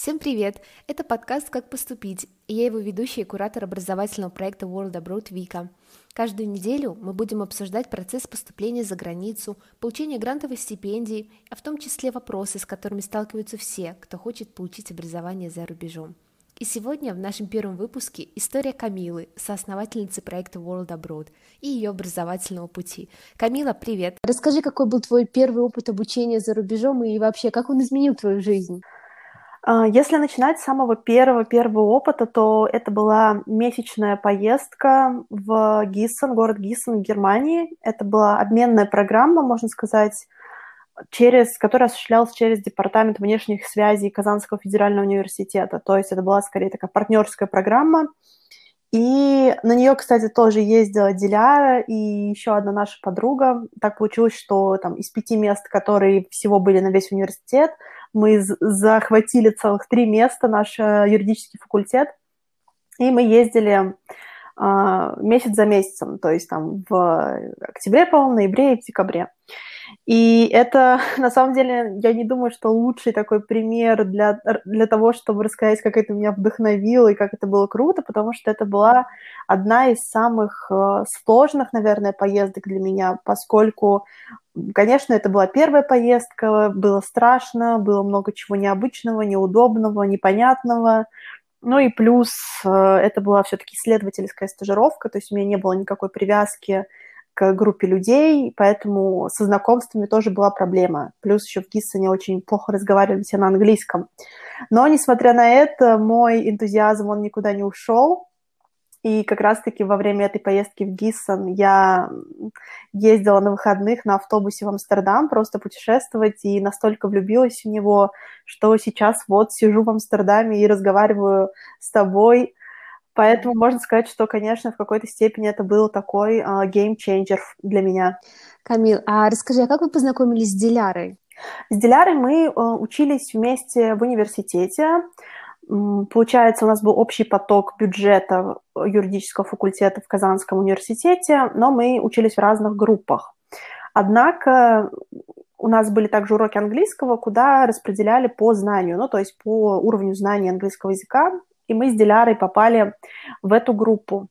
Всем привет! Это подкаст «Как поступить», и я его ведущая и куратор образовательного проекта World Abroad Вика. Каждую неделю мы будем обсуждать процесс поступления за границу, получения грантовой стипендии, а в том числе вопросы, с которыми сталкиваются все, кто хочет получить образование за рубежом. И сегодня в нашем первом выпуске история Камилы, соосновательницы проекта World Abroad и ее образовательного пути. Камила, привет! Расскажи, какой был твой первый опыт обучения за рубежом и вообще, как он изменил твою жизнь? Если начинать с самого первого опыта, то это была месячная поездка в Гиссен, город Гиссен в Германии. Это была обменная программа, можно сказать, которая осуществлялась через Департамент внешних связей Казанского федерального университета. То есть это была скорее такая партнерская программа. И на нее, кстати, тоже ездила Диляра и еще одна наша подруга. Так получилось, что там из 5 мест, которые всего были на весь университет, мы захватили целых 3 места, наш юридический факультет, и мы ездили месяц за месяцем, то есть там в октябре, по-моему, ноябре и в декабре. И это, на самом деле, я не думаю, что лучший такой пример для того, чтобы рассказать, как это меня вдохновило и как это было круто, потому что это была одна из самых сложных, наверное, поездок для меня, поскольку, конечно, это была первая поездка, было страшно, было много чего необычного, неудобного, непонятного. Ну и плюс это была все-таки исследовательская стажировка, то есть у меня не было никакой привязки к группе людей, поэтому со знакомствами тоже была проблема. Плюс еще в Гиссене очень плохо разговаривали все на английском. Но, несмотря на это, мой энтузиазм, он никуда не ушел. И как раз-таки во время этой поездки в Гиссен я ездила на выходных на автобусе в Амстердам просто путешествовать и настолько влюбилась в него, что сейчас вот сижу в Амстердаме и разговариваю с тобой. Поэтому можно сказать, что, конечно, в какой-то степени это был такой game changer для меня. Камил, а расскажи, а как вы познакомились с Дилярой? С Дилярой мы учились вместе в университете. Получается, у нас был общий поток бюджета юридического факультета в Казанском университете, но мы учились в разных группах. Однако у нас были также уроки английского, куда распределяли по знанию, ну, то есть по уровню знания английского языка, и мы с Дилярой попали в эту группу.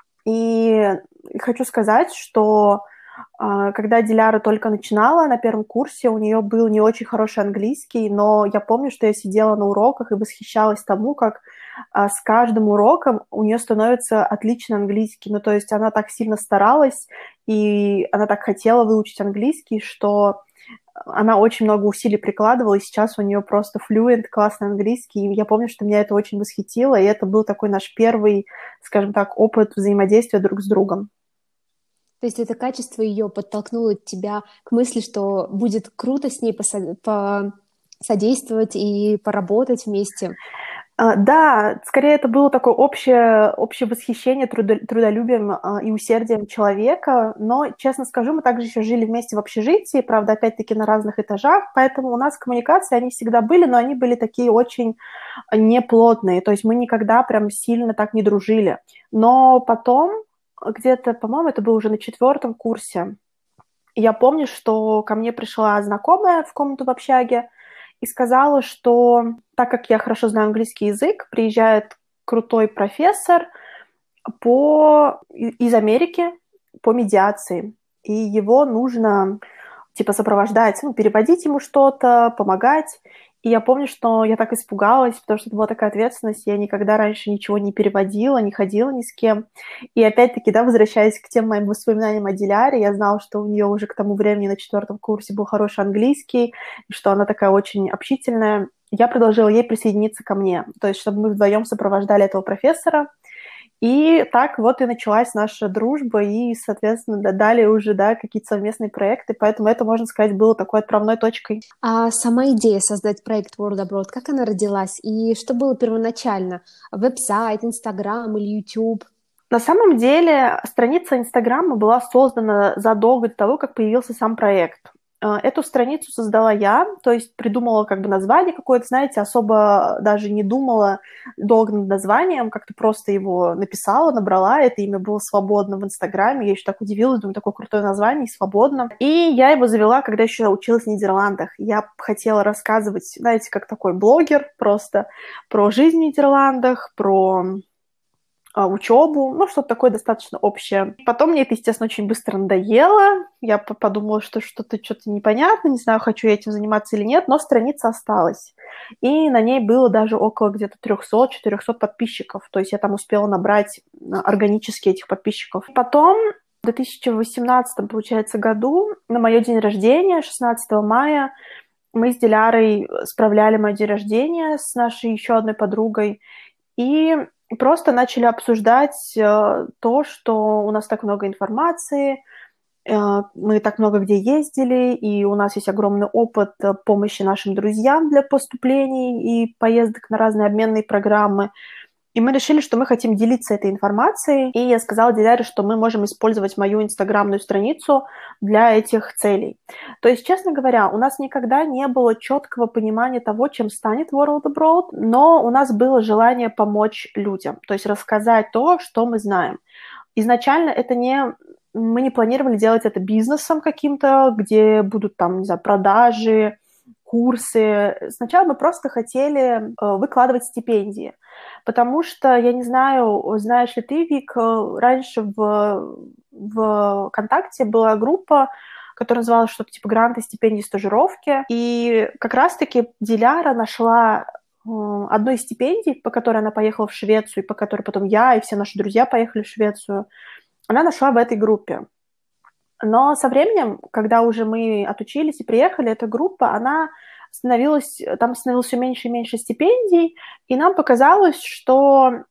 И хочу сказать, что когда Диляра только начинала на первом курсе, у нее был не очень хороший английский, но я помню, что я сидела на уроках и восхищалась тому, как с каждым уроком у нее становится отличный английский. Ну, то есть она так сильно старалась, и она так хотела выучить английский, что она очень много усилий прикладывала, и сейчас у нее просто fluent, классный английский. И я помню, что меня это очень восхитило, и это был такой наш первый, скажем так, опыт взаимодействия друг с другом. То есть это качество ее подтолкнуло тебя к мысли, что будет круто с ней посодействовать и поработать вместе? Да, скорее это было такое общее восхищение трудолюбием и усердием человека, но, честно скажу, мы также еще жили вместе в общежитии, правда, опять-таки на разных этажах, поэтому у нас коммуникации, они всегда были, но они были такие очень неплотные, то есть мы никогда прям сильно так не дружили. Но потом, где-то, по-моему, это было уже на 4 курсе, я помню, что ко мне пришла знакомая в комнату в общаге, и сказала, что так как я хорошо знаю английский язык, приезжает крутой профессор из Америки по медиации, и его нужно типа сопровождать, переводить ему что-то, помогать. И я помню, что я так испугалась, потому что это была такая ответственность, я никогда раньше ничего не переводила, не ходила ни с кем. И опять-таки, да, возвращаясь к тем моим воспоминаниям о Диляре, я знала, что у нее уже к тому времени на 4 курсе был хороший английский, и что она такая очень общительная. Я предложила ей присоединиться ко мне, то есть чтобы мы вдвоем сопровождали этого профессора. И так вот и началась наша дружба, и, соответственно, далее уже, да, какие-то совместные проекты, поэтому это, можно сказать, было такой отправной точкой. А сама идея создать проект World Abroad, как она родилась и что было первоначально? Веб-сайт, Инстаграм или YouTube? На самом деле страница Инстаграма была создана задолго до того, как появился сам проект. Эту страницу создала я, то есть придумала как бы название какое-то, знаете, особо даже не думала долго над названием, как-то просто его написала, набрала, это имя было свободно в Инстаграме, я еще так удивилась, думаю, такое крутое название, свободно. И я его завела, когда еще училась в Нидерландах. Я хотела рассказывать, знаете, как такой блогер просто про жизнь в Нидерландах, про учебу, ну, что-то такое достаточно общее. Потом мне это, естественно, очень быстро надоело. Я подумала, что что-то непонятно, не знаю, хочу я этим заниматься или нет, но страница осталась. И на ней было даже около где-то 300-400 подписчиков. То есть я там успела набрать органически этих подписчиков. Потом в 2018, получается, году на мое день рождения, 16 мая, мы с Дилярой справляли мой день рождения с нашей еще одной подругой. И просто начали обсуждать то, что у нас так много информации, мы так много где ездили, и у нас есть огромный опыт помощи нашим друзьям для поступлений и поездок на разные обменные программы. И мы решили, что мы хотим делиться этой информацией. И я сказала Диляре, что мы можем использовать мою инстаграмную страницу для этих целей. То есть, честно говоря, у нас никогда не было четкого понимания того, чем станет World Abroad, но у нас было желание помочь людям, то есть рассказать то, что мы знаем. Изначально мы не планировали делать это бизнесом каким-то, где будут там, не знаю, продажи, курсы. Сначала мы просто хотели выкладывать стипендии, потому что, я не знаю, знаешь ли ты, Вик, раньше в ВКонтакте была группа, которая называлась что-то типа «Гранты, стипендии, стажировки», и как раз-таки Диляра нашла одну из стипендий, по которой она поехала в Швецию, и по которой потом я и все наши друзья поехали в Швецию, она нашла в этой группе. Но со временем, когда уже мы отучились и приехали, эта группа, там становилось все меньше и меньше стипендий, и нам показалось, что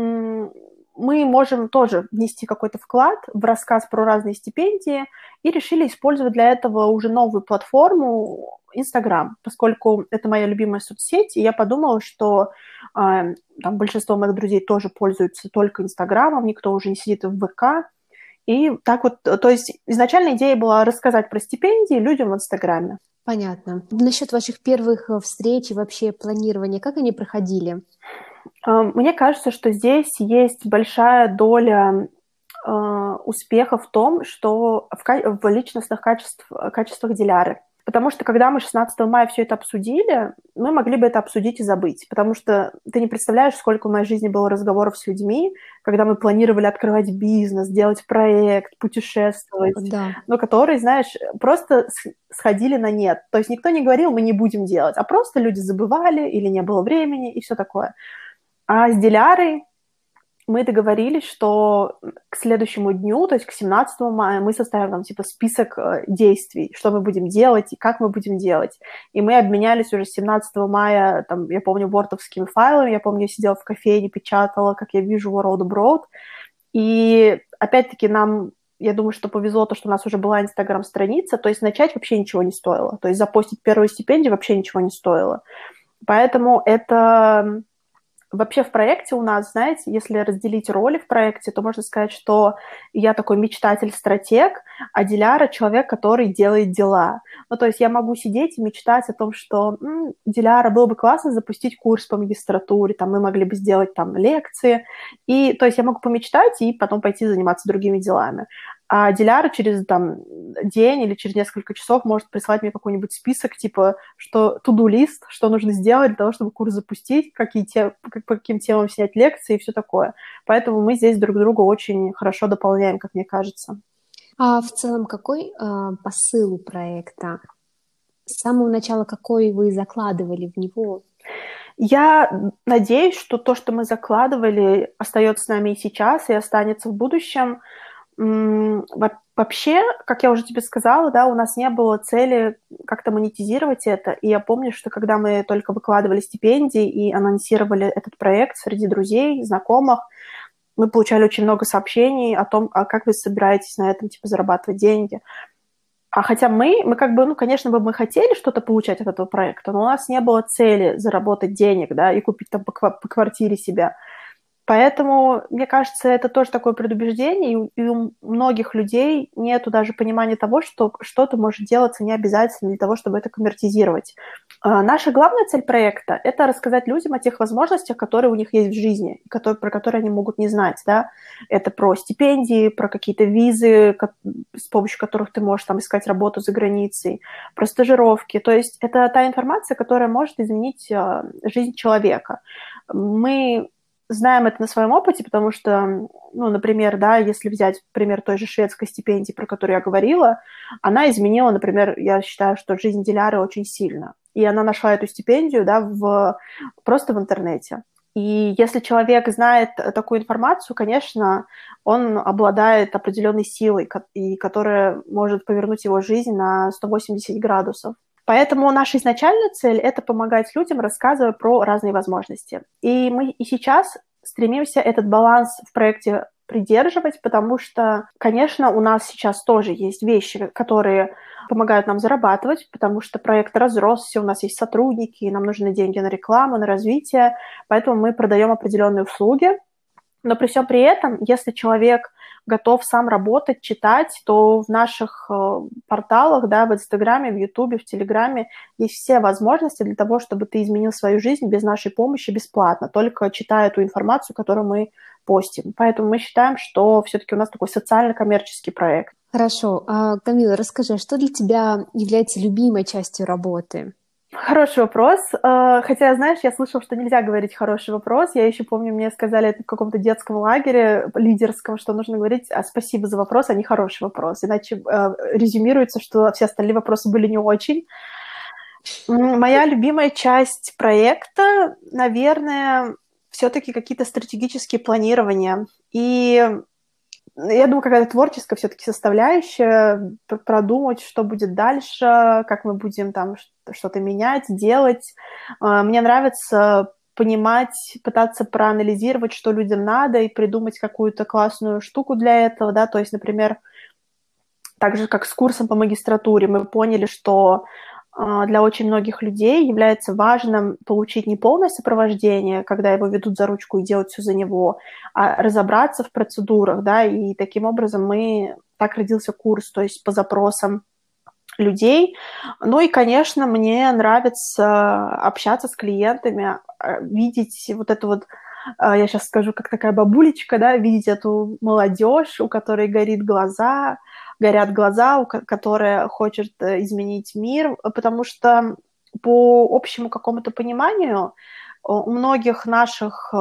мы можем тоже внести какой-то вклад в рассказ про разные стипендии, и решили использовать для этого уже новую платформу Instagram, поскольку это моя любимая соцсеть, и я подумала, что там большинство моих друзей тоже пользуются только Инстаграмом, никто уже не сидит в ВК. И так вот, то есть изначально идея была рассказать про стипендии людям в Инстаграме. Понятно. Насчет ваших первых встреч и вообще планирования, как они проходили? Мне кажется, что здесь есть большая доля успеха в том, что в личностных качествах Диляры. Потому что когда мы 16 мая все это обсудили, мы могли бы это обсудить и забыть. Потому что ты не представляешь, сколько в моей жизни было разговоров с людьми, когда мы планировали открывать бизнес, делать проект, путешествовать, Да. но которые, знаешь, просто сходили на нет. То есть никто не говорил, мы не будем делать, а просто люди забывали или не было времени и все такое. А с Дилярой мы договорились, что к следующему дню, то есть к 17 мая, мы составим там типа список действий, что мы будем делать и как мы будем делать. И мы обменялись уже 17 мая, там, я помню, вордовскими файлами, я помню, я сидела в кофейне, печатала, как я вижу World Abroad. И опять-таки я думаю, что повезло то, что у нас уже была Инстаграм-страница, то есть начать вообще ничего не стоило. То есть запостить первую стипендию вообще ничего не стоило. Поэтому это... Вообще в проекте у нас, знаете, если разделить роли в проекте, то можно сказать, что я такой мечтатель-стратег, а Диляра — человек, который делает дела. Ну, то есть я могу сидеть и мечтать о том, что Диляра, было бы классно запустить курс по магистратуре, там мы могли бы сделать там лекции, и, то есть я могу помечтать и потом пойти заниматься другими делами. А Диляра через там день или через несколько часов может прислать мне какой-нибудь список, типа, что to-do-лист, что нужно сделать для того, чтобы курс запустить, по каким темам снять лекции и все такое. Поэтому мы здесь друг друга очень хорошо дополняем, как мне кажется. А в целом какой посыл у проекта? С самого начала какой вы закладывали в него? Я надеюсь, что то, что мы закладывали, остается с нами и сейчас, и останется в будущем. Вообще, как я уже тебе сказала, да, у нас не было цели как-то монетизировать это. И я помню, что когда мы только выкладывали стипендии и анонсировали этот проект среди друзей, знакомых, мы получали очень много сообщений о том, как вы собираетесь на этом, типа, зарабатывать деньги. А хотя мы как бы, конечно, мы хотели что-то получать от этого проекта, но у нас не было цели заработать денег, да, и купить там по квартире себя. Поэтому, мне кажется, это тоже такое предубеждение, и у многих людей нету даже понимания того, что что-то может делаться не обязательно для того, чтобы это конвертизировать. Наша главная цель проекта – это рассказать людям о тех возможностях, которые у них есть в жизни, про которые они могут не знать. Да? Это про стипендии, про какие-то визы, с помощью которых ты можешь там искать работу за границей, про стажировки. То есть это та информация, которая может изменить жизнь человека. Мы знаем это на своем опыте, потому что, ну, например, да, если взять пример той же шведской стипендии, про которую я говорила, она изменила, например, я считаю, что жизнь Диляры очень сильно. И она нашла эту стипендию, да, просто в интернете. И если человек знает такую информацию, конечно, он обладает определенной силой, которая может повернуть его жизнь на 180 градусов. Поэтому наша изначальная цель – это помогать людям, рассказывая про разные возможности. И мы и сейчас стремимся этот баланс в проекте придерживать, потому что, конечно, у нас сейчас тоже есть вещи, которые помогают нам зарабатывать, потому что проект разросся, у нас есть сотрудники, нам нужны деньги на рекламу, на развитие, поэтому мы продаем определенные услуги. Но при всем при этом, если человек готов сам работать, читать, то в наших порталах, да, в Инстаграме, в Ютубе, в Телеграме есть все возможности для того, чтобы ты изменил свою жизнь без нашей помощи бесплатно, только читая ту информацию, которую мы постим. Поэтому мы считаем, что все-таки у нас такой социально-коммерческий проект. Хорошо. Камила, расскажи, что для тебя является любимой частью работы? Хороший вопрос. Хотя, знаешь, я слышала, что нельзя говорить «хороший вопрос». Я еще помню, мне сказали это в каком-то детском лагере лидерском, что нужно говорить «спасибо за вопрос, а не хороший вопрос». Иначе резюмируется, что все остальные вопросы были не очень. Моя любимая часть проекта, наверное, все-таки какие-то стратегические планирования. И я думаю, какая-то творческая все-таки составляющая, продумать, что будет дальше, как мы будем там что-то менять, делать. Мне нравится понимать, пытаться проанализировать, что людям надо, и придумать какую-то классную штуку для этого, да, то есть, например, так же, как с курсом по магистратуре, мы поняли, что для очень многих людей является важным получить не полное сопровождение, когда его ведут за ручку и делают все за него, а разобраться в процедурах, да, и таким образом так родился курс, то есть по запросам людей. Ну и, конечно, мне нравится общаться с клиентами, видеть вот это вот, я сейчас скажу, как такая бабулечка, да, видеть эту молодежь, у которой горят глаза, которая хочет изменить мир, потому что по общему какому-то пониманию у многих наших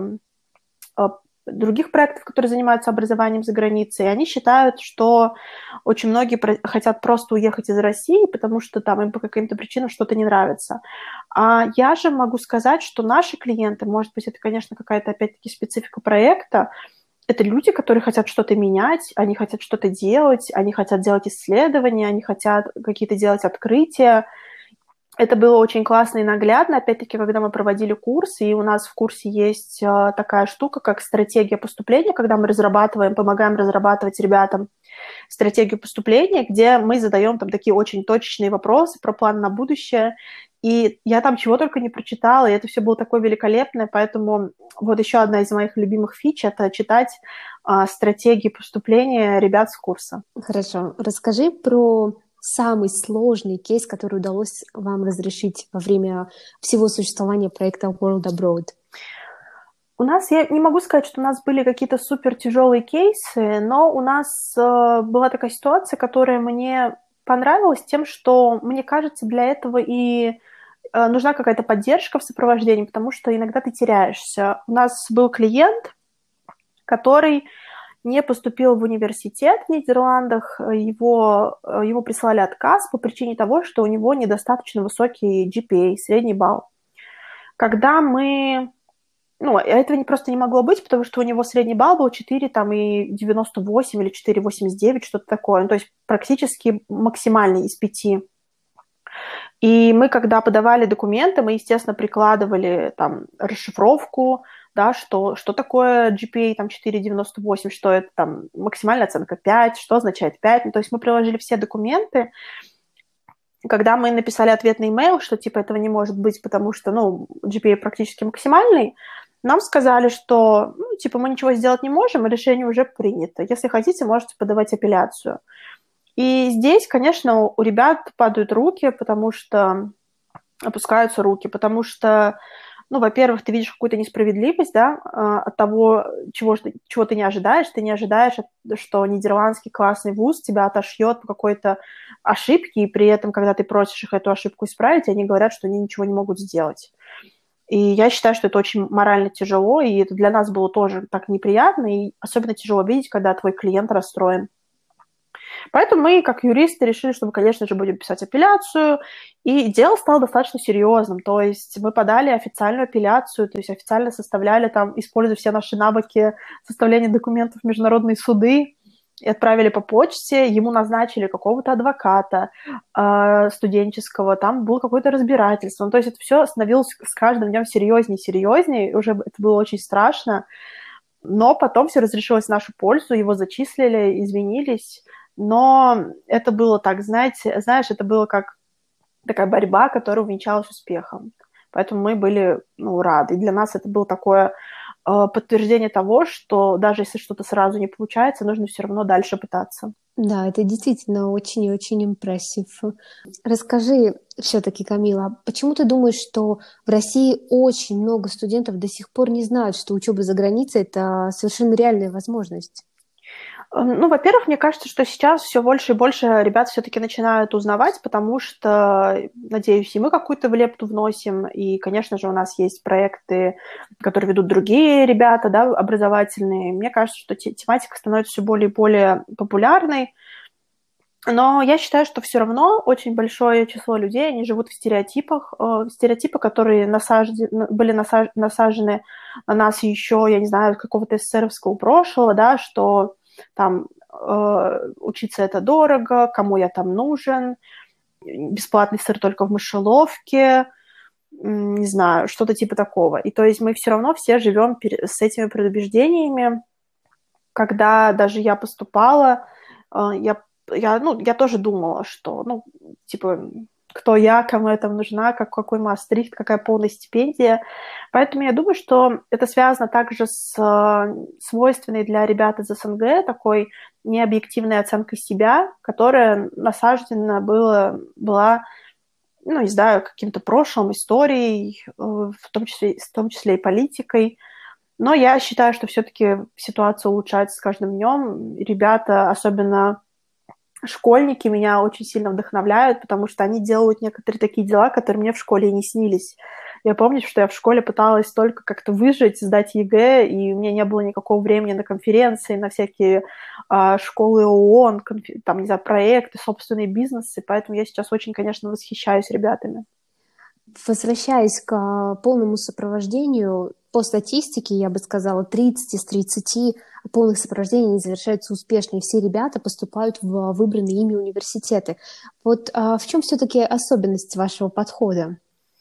других проектов, которые занимаются образованием за границей, они считают, что очень многие хотят просто уехать из России, потому что там им по каким-то причинам что-то не нравится. А я же могу сказать, что наши клиенты, может быть, это, конечно, какая-то, опять-таки, специфика проекта, это люди, которые хотят что-то менять, они хотят что-то делать, они хотят делать исследования, они хотят какие-то делать открытия. Это было очень классно и наглядно, опять-таки, когда мы проводили курс, и у нас в курсе есть такая штука, как стратегия поступления, когда мы помогаем разрабатывать ребятам стратегию поступления, где мы задаем там такие очень точечные вопросы про план на будущее, и я там чего только не прочитала, и это все было такое великолепное, поэтому вот еще одна из моих любимых фич – это читать стратегии поступления ребят с курса. Хорошо. Расскажи про самый сложный кейс, который удалось вам разрешить во время всего существования проекта World Abroad? Я не могу сказать, что у нас были какие-то супер тяжелые кейсы, но у нас была такая ситуация, которая мне понравилась тем, что, мне кажется, для этого и нужна какая-то поддержка в сопровождении, потому что иногда ты теряешься. У нас был клиент, который не поступил в университет в Нидерландах, ему прислали отказ по причине того, что у него недостаточно высокий GPA, средний балл. Когда этого просто не могло быть, потому что у него средний балл был 4, там, и 98 или 4,89, что-то такое, то есть практически максимальный из 5. И мы, когда подавали документы, мы, естественно, прикладывали там расшифровку, да, что такое GPA, там, 4,98, что это там максимальная оценка 5, что означает 5. То есть мы приложили все документы. Когда мы написали ответный имейл, что типа этого не может быть, потому что, GPA практически максимальный, нам сказали, что, ну, типа, мы ничего сделать не можем, решение уже принято. Если хотите, можете подавать апелляцию. И здесь, конечно, у ребят падают руки, потому что опускаются руки, потому что, ну, во-первых, ты видишь какую-то несправедливость, да, от того, чего ты не ожидаешь. Ты не ожидаешь, что нидерландский классный вуз тебя отошьет по какой-то ошибке, и при этом, когда ты просишь их эту ошибку исправить, они говорят, что они ничего не могут сделать. И я считаю, что это очень морально тяжело, и это для нас было тоже так неприятно, и особенно тяжело видеть, когда твой клиент расстроен. Поэтому мы, как юристы, решили, что мы, конечно же, будем писать апелляцию, и дело стало достаточно серьезным. То есть мы подали официальную апелляцию, то есть официально составляли там, используя все наши навыки составления документов в международные суды, и отправили по почте, ему назначили какого-то адвоката студенческого, там было какое-то разбирательство. Ну, то есть это все становилось с каждым днем серьезнее и серьезнее, и уже это было очень страшно. Но потом все разрешилось в нашу пользу, его зачислили, извинились. Но это было так, знаешь, это было как такая борьба, которая увенчалась успехом. Поэтому мы были, ну, рады. И для нас это было такое подтверждение того, что даже если что-то сразу не получается, нужно все равно дальше пытаться. Да, это действительно очень и очень импрессив. Расскажи все-таки, Камила, почему ты думаешь, что в России очень много студентов до сих пор не знают, что учеба за границей – это совершенно реальная возможность? Ну, во-первых, мне кажется, что сейчас все больше и больше ребят все-таки начинают узнавать, потому что, надеюсь, и мы какую-то лепту вносим, и, конечно же, у нас есть проекты, которые ведут другие ребята, да, образовательные. Мне кажется, что тематика становится все более и более популярной, но я считаю, что все равно очень большое число людей, они живут в стереотипах, стереотипы, которые были насажены на нас еще, я не знаю, какого-то эсеровского прошлого, да, что там учиться это дорого, кому я там нужен, бесплатный сыр только в мышеловке, не знаю, что-то типа такого. И то есть мы все равно все живем с этими предубеждениями. Когда даже я поступала, я тоже думала, что, ну, типа, кто я, кому я там нужна, какой Маастрихт, какая полная стипендия. Поэтому я думаю, что это связано также с свойственной для ребят из СНГ такой необъективной оценкой себя, которая насаждена была, ну, не знаю, каким-то прошлым, историей, в том числе и политикой. Но я считаю, что все-таки ситуация улучшается с каждым днем. Ребята, особенно школьники, меня очень сильно вдохновляют, потому что они делают некоторые такие дела, которые мне в школе и не снились. Я помню, что я в школе пыталась только как-то выжить, сдать ЕГЭ, и у меня не было никакого времени на конференции, на всякие школы ООН, там, не знаю, проекты, собственные бизнесы, поэтому я сейчас очень, конечно, восхищаюсь ребятами. Возвращаясь к полному сопровождению, по статистике, я бы сказала, 30 из 30 полных сопровождений не завершаются успешно, и все ребята поступают в выбранные ими университеты. Вот в чем все-таки особенность вашего подхода?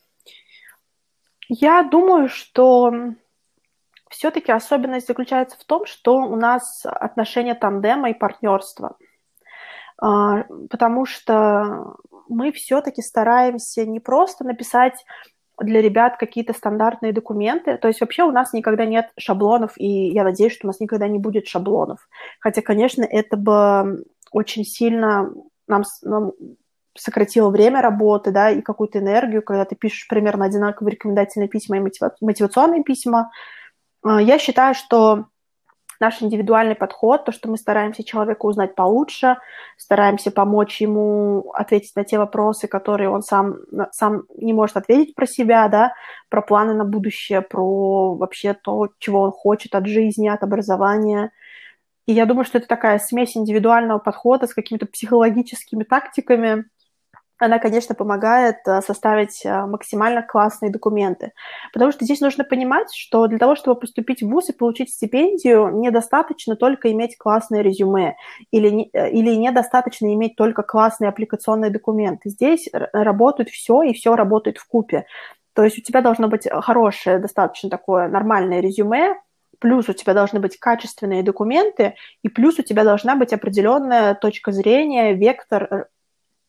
Я думаю, что все-таки особенность заключается в том, что у нас отношения тандема и партнерства. Потому что мы все-таки стараемся не просто написать для ребят какие-то стандартные документы. То есть вообще у нас никогда нет шаблонов, и я надеюсь, что у нас никогда не будет шаблонов. Хотя, конечно, это бы очень сильно нам сократило время работы, да, и какую-то энергию, когда ты пишешь примерно одинаковые рекомендательные письма и мотивационные письма. Я считаю, что наш индивидуальный подход, то, что мы стараемся человека узнать получше, стараемся помочь ему ответить на те вопросы, которые он сам не может ответить про себя, да, про планы на будущее, про вообще то, чего он хочет от жизни, от образования. И я думаю, что это такая смесь индивидуального подхода с какими-то психологическими тактиками. Она, конечно, помогает составить максимально классные документы. Потому что здесь нужно понимать, что для того, чтобы поступить в вуз и получить стипендию, недостаточно только иметь классное резюме или недостаточно иметь только классные аппликационные документы. Здесь работает все, и все работает вкупе. То есть у тебя должно быть хорошее, достаточно такое нормальное резюме, плюс у тебя должны быть качественные документы, и плюс у тебя должна быть определенная точка зрения, вектор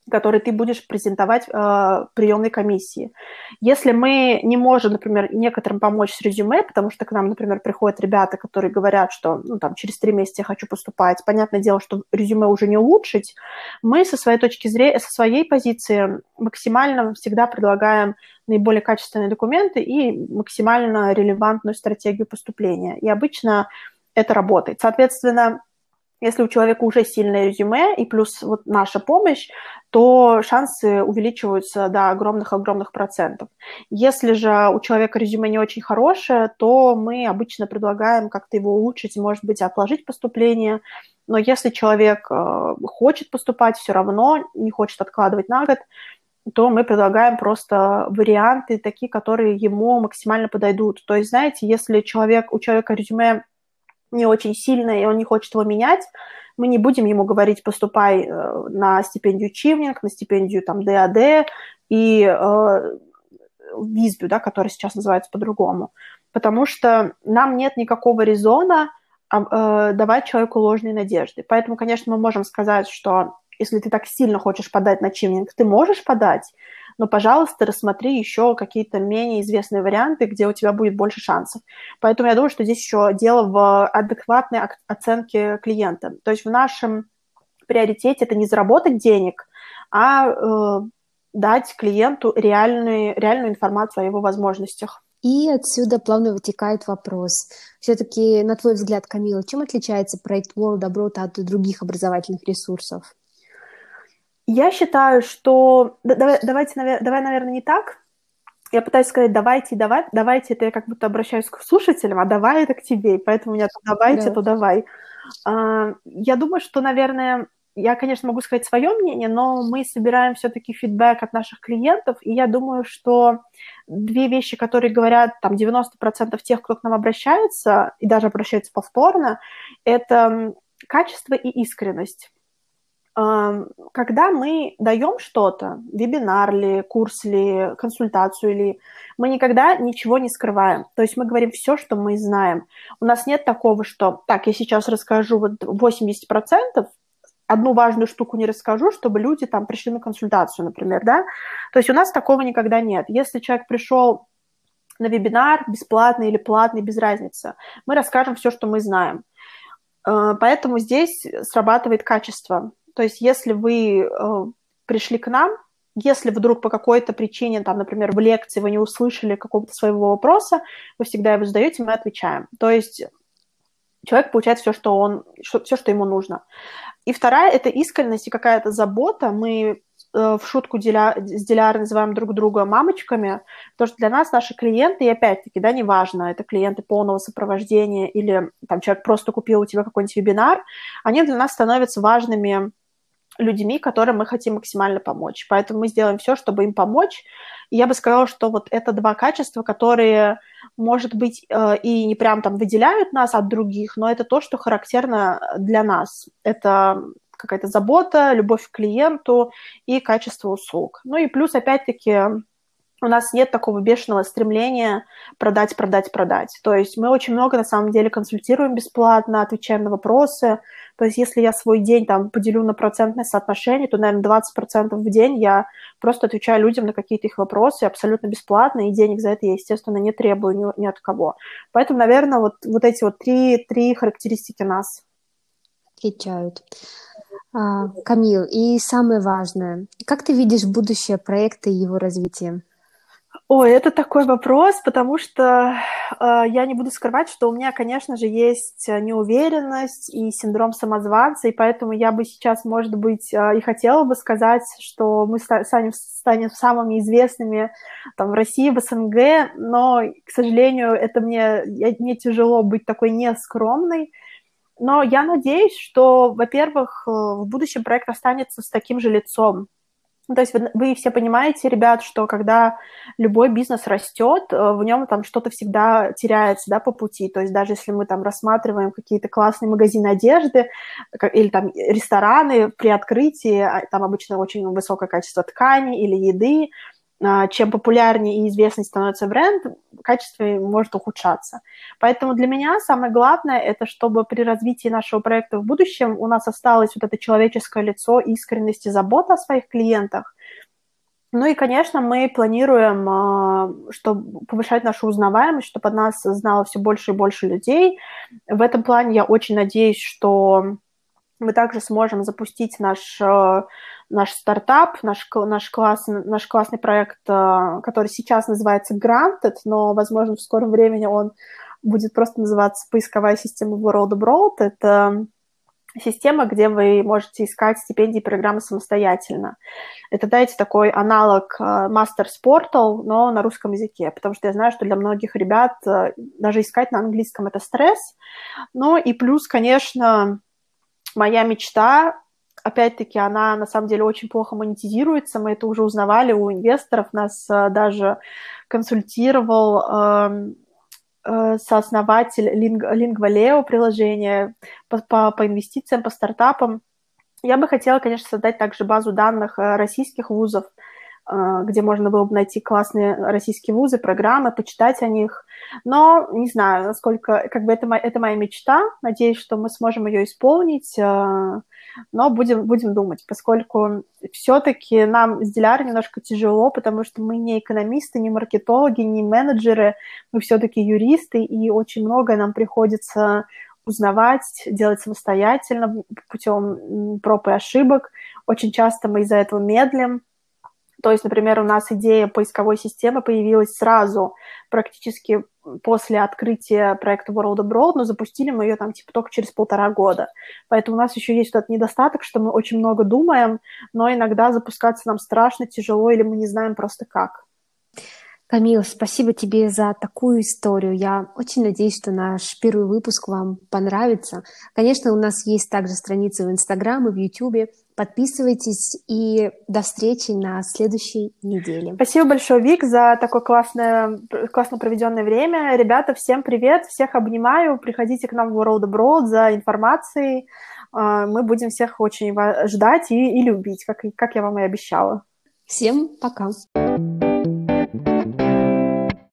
который ты будешь презентовать приемной комиссии. Если мы не можем, например, некоторым помочь с резюме, потому что к нам, например, приходят ребята, которые говорят, что через 3 месяца я хочу поступать, понятное дело, что резюме уже не улучшить, мы со своей точки зрения, со своей позиции максимально всегда предлагаем наиболее качественные документы и максимально релевантную стратегию поступления. И обычно это работает. Соответственно, если у человека уже сильное резюме и плюс вот наша помощь, то шансы увеличиваются до огромных-огромных процентов. Если же у человека резюме не очень хорошее, то мы обычно предлагаем как-то его улучшить, может быть, отложить поступление. Но если человек хочет поступать все равно, не хочет откладывать на год, то мы предлагаем просто варианты такие, которые ему максимально подойдут. То есть, знаете, если у человека резюме не очень сильное, и он не хочет его менять, мы не будем ему говорить, поступай на стипендию Чивнинг, на стипендию ДАД и ВИЗБЮ, да, которая сейчас называется по-другому. Потому что нам нет никакого резона давать человеку ложные надежды. Поэтому, конечно, мы можем сказать, что если ты так сильно хочешь подать на Чивнинг, ты можешь подать, но, пожалуйста, рассмотри еще какие-то менее известные варианты, где у тебя будет больше шансов. Поэтому я думаю, что здесь еще дело в адекватной оценке клиента. То есть в нашем приоритете это не заработать денег, а дать клиенту реальную информацию о его возможностях. И отсюда плавно вытекает вопрос. Все-таки, на твой взгляд, Камила, чем отличается проект World Abroad от других образовательных ресурсов? Я считаю, что... Давай, наверное, не так. Я пытаюсь сказать давайте, это я как будто обращаюсь к слушателям, а давай это к тебе, поэтому у меня то давайте, то давай. Я думаю, что, наверное, я, конечно, могу сказать свое мнение, но мы собираем все-таки фидбэк от наших клиентов, и я думаю, что 2 вещи, которые говорят 90% тех, кто к нам обращается, и даже обращается повторно, это качество и искренность. Когда мы даем что-то, вебинар ли, курс ли, консультацию ли, мы никогда ничего не скрываем. То есть мы говорим все, что мы знаем. У нас нет такого, что так, я сейчас расскажу 80%, одну важную штуку не расскажу, чтобы люди пришли на консультацию, например, да? То есть у нас такого никогда нет. Если человек пришел на вебинар, бесплатный или платный, без разницы, мы расскажем все, что мы знаем. Поэтому здесь срабатывает качество. То есть если вы пришли к нам, если вдруг по какой-то причине, например, в лекции вы не услышали какого-то своего вопроса, вы всегда его задаете, мы отвечаем. То есть человек получает все, что ему нужно. И вторая – это искренность и какая-то забота. Мы в шутку с Дилярой называем друг друга мамочками, потому что для нас наши клиенты, и опять-таки, да, неважно, это клиенты полного сопровождения или человек просто купил у тебя какой-нибудь вебинар, они для нас становятся важными людьми, которым мы хотим максимально помочь. Поэтому мы сделаем все, чтобы им помочь. И я бы сказала, что вот это 2 качества, которые, может быть, и не прям выделяют нас от других, но это то, что характерно для нас. Это какая-то забота, любовь к клиенту и качество услуг. Ну и плюс, опять-таки, у нас нет такого бешеного стремления продать. То есть мы очень много, на самом деле, консультируем бесплатно, отвечаем на вопросы. То есть если я свой день поделю на процентное соотношение, то, наверное, 20% в день я просто отвечаю людям на какие-то их вопросы абсолютно бесплатно, и денег за это я, естественно, не требую ни от кого. Поэтому, наверное, вот эти 3 характеристики нас отличают. Камил, и самое важное, как ты видишь будущее проекта и его развитие? Ой, это такой вопрос, потому что я не буду скрывать, что у меня, конечно же, есть неуверенность и синдром самозванца, и поэтому я бы сейчас, может быть, и хотела бы сказать, что мы станем самыми известными в России, в СНГ, но, к сожалению, мне тяжело быть такой нескромной. Но я надеюсь, что, во-первых, в будущем проект останется с таким же лицом. То есть вы все понимаете, ребят, что когда любой бизнес растет, в нем что-то всегда теряется, да, по пути. То есть даже если мы рассматриваем какие-то классные магазины одежды или рестораны при открытии, там обычно очень высокое качество ткани или еды, чем популярнее и известнее становится бренд, качество может ухудшаться. Поэтому для меня самое главное, это чтобы при развитии нашего проекта в будущем у нас осталось вот это человеческое лицо, искренность и забота о своих клиентах. Ну и, конечно, мы планируем, чтобы повышать нашу узнаваемость, чтобы о нас знало все больше и больше людей. В этом плане я очень надеюсь, что мы также сможем запустить наш стартап, наш классный проект, который сейчас называется Granted, но, возможно, в скором времени он будет просто называться поисковая система World Abroad. Это система, где вы можете искать стипендии и программы самостоятельно. Это, знаете, такой аналог Masters Portal, но на русском языке, потому что я знаю, что для многих ребят даже искать на английском – это стресс. Ну и плюс, конечно, моя мечта, опять-таки, она на самом деле очень плохо монетизируется, мы это уже узнавали у инвесторов, нас даже консультировал сооснователь Lingvaleo приложения по инвестициям, по стартапам. Я бы хотела, конечно, создать также базу данных российских вузов, где можно было бы найти классные российские вузы, программы, почитать о них. Но не знаю, насколько, как бы это моя мечта. Надеюсь, что мы сможем ее исполнить, но будем думать, поскольку все-таки нам с Диляр немножко тяжело, потому что мы не экономисты, не маркетологи, не менеджеры, мы все-таки юристы, и очень многое нам приходится узнавать, делать самостоятельно путем проб и ошибок. Очень часто мы из-за этого медлим. То есть, например, у нас идея поисковой системы появилась сразу, практически после открытия проекта World Abroad, но запустили мы ее там типа только через 1,5 года. Поэтому у нас еще есть этот недостаток, что мы очень много думаем, но иногда запускаться нам страшно, тяжело, или мы не знаем просто как. Камила, спасибо тебе за такую историю. Я очень надеюсь, что наш первый выпуск вам понравится. Конечно, у нас есть также страницы в Инстаграм и в Ютубе. Подписывайтесь и до встречи на следующей неделе. Спасибо большое, Вик, за такое классно проведенное время. Ребята, всем привет, всех обнимаю. Приходите к нам в World Abroad за информацией. Мы будем всех очень ждать и любить, как я вам и обещала. Всем пока.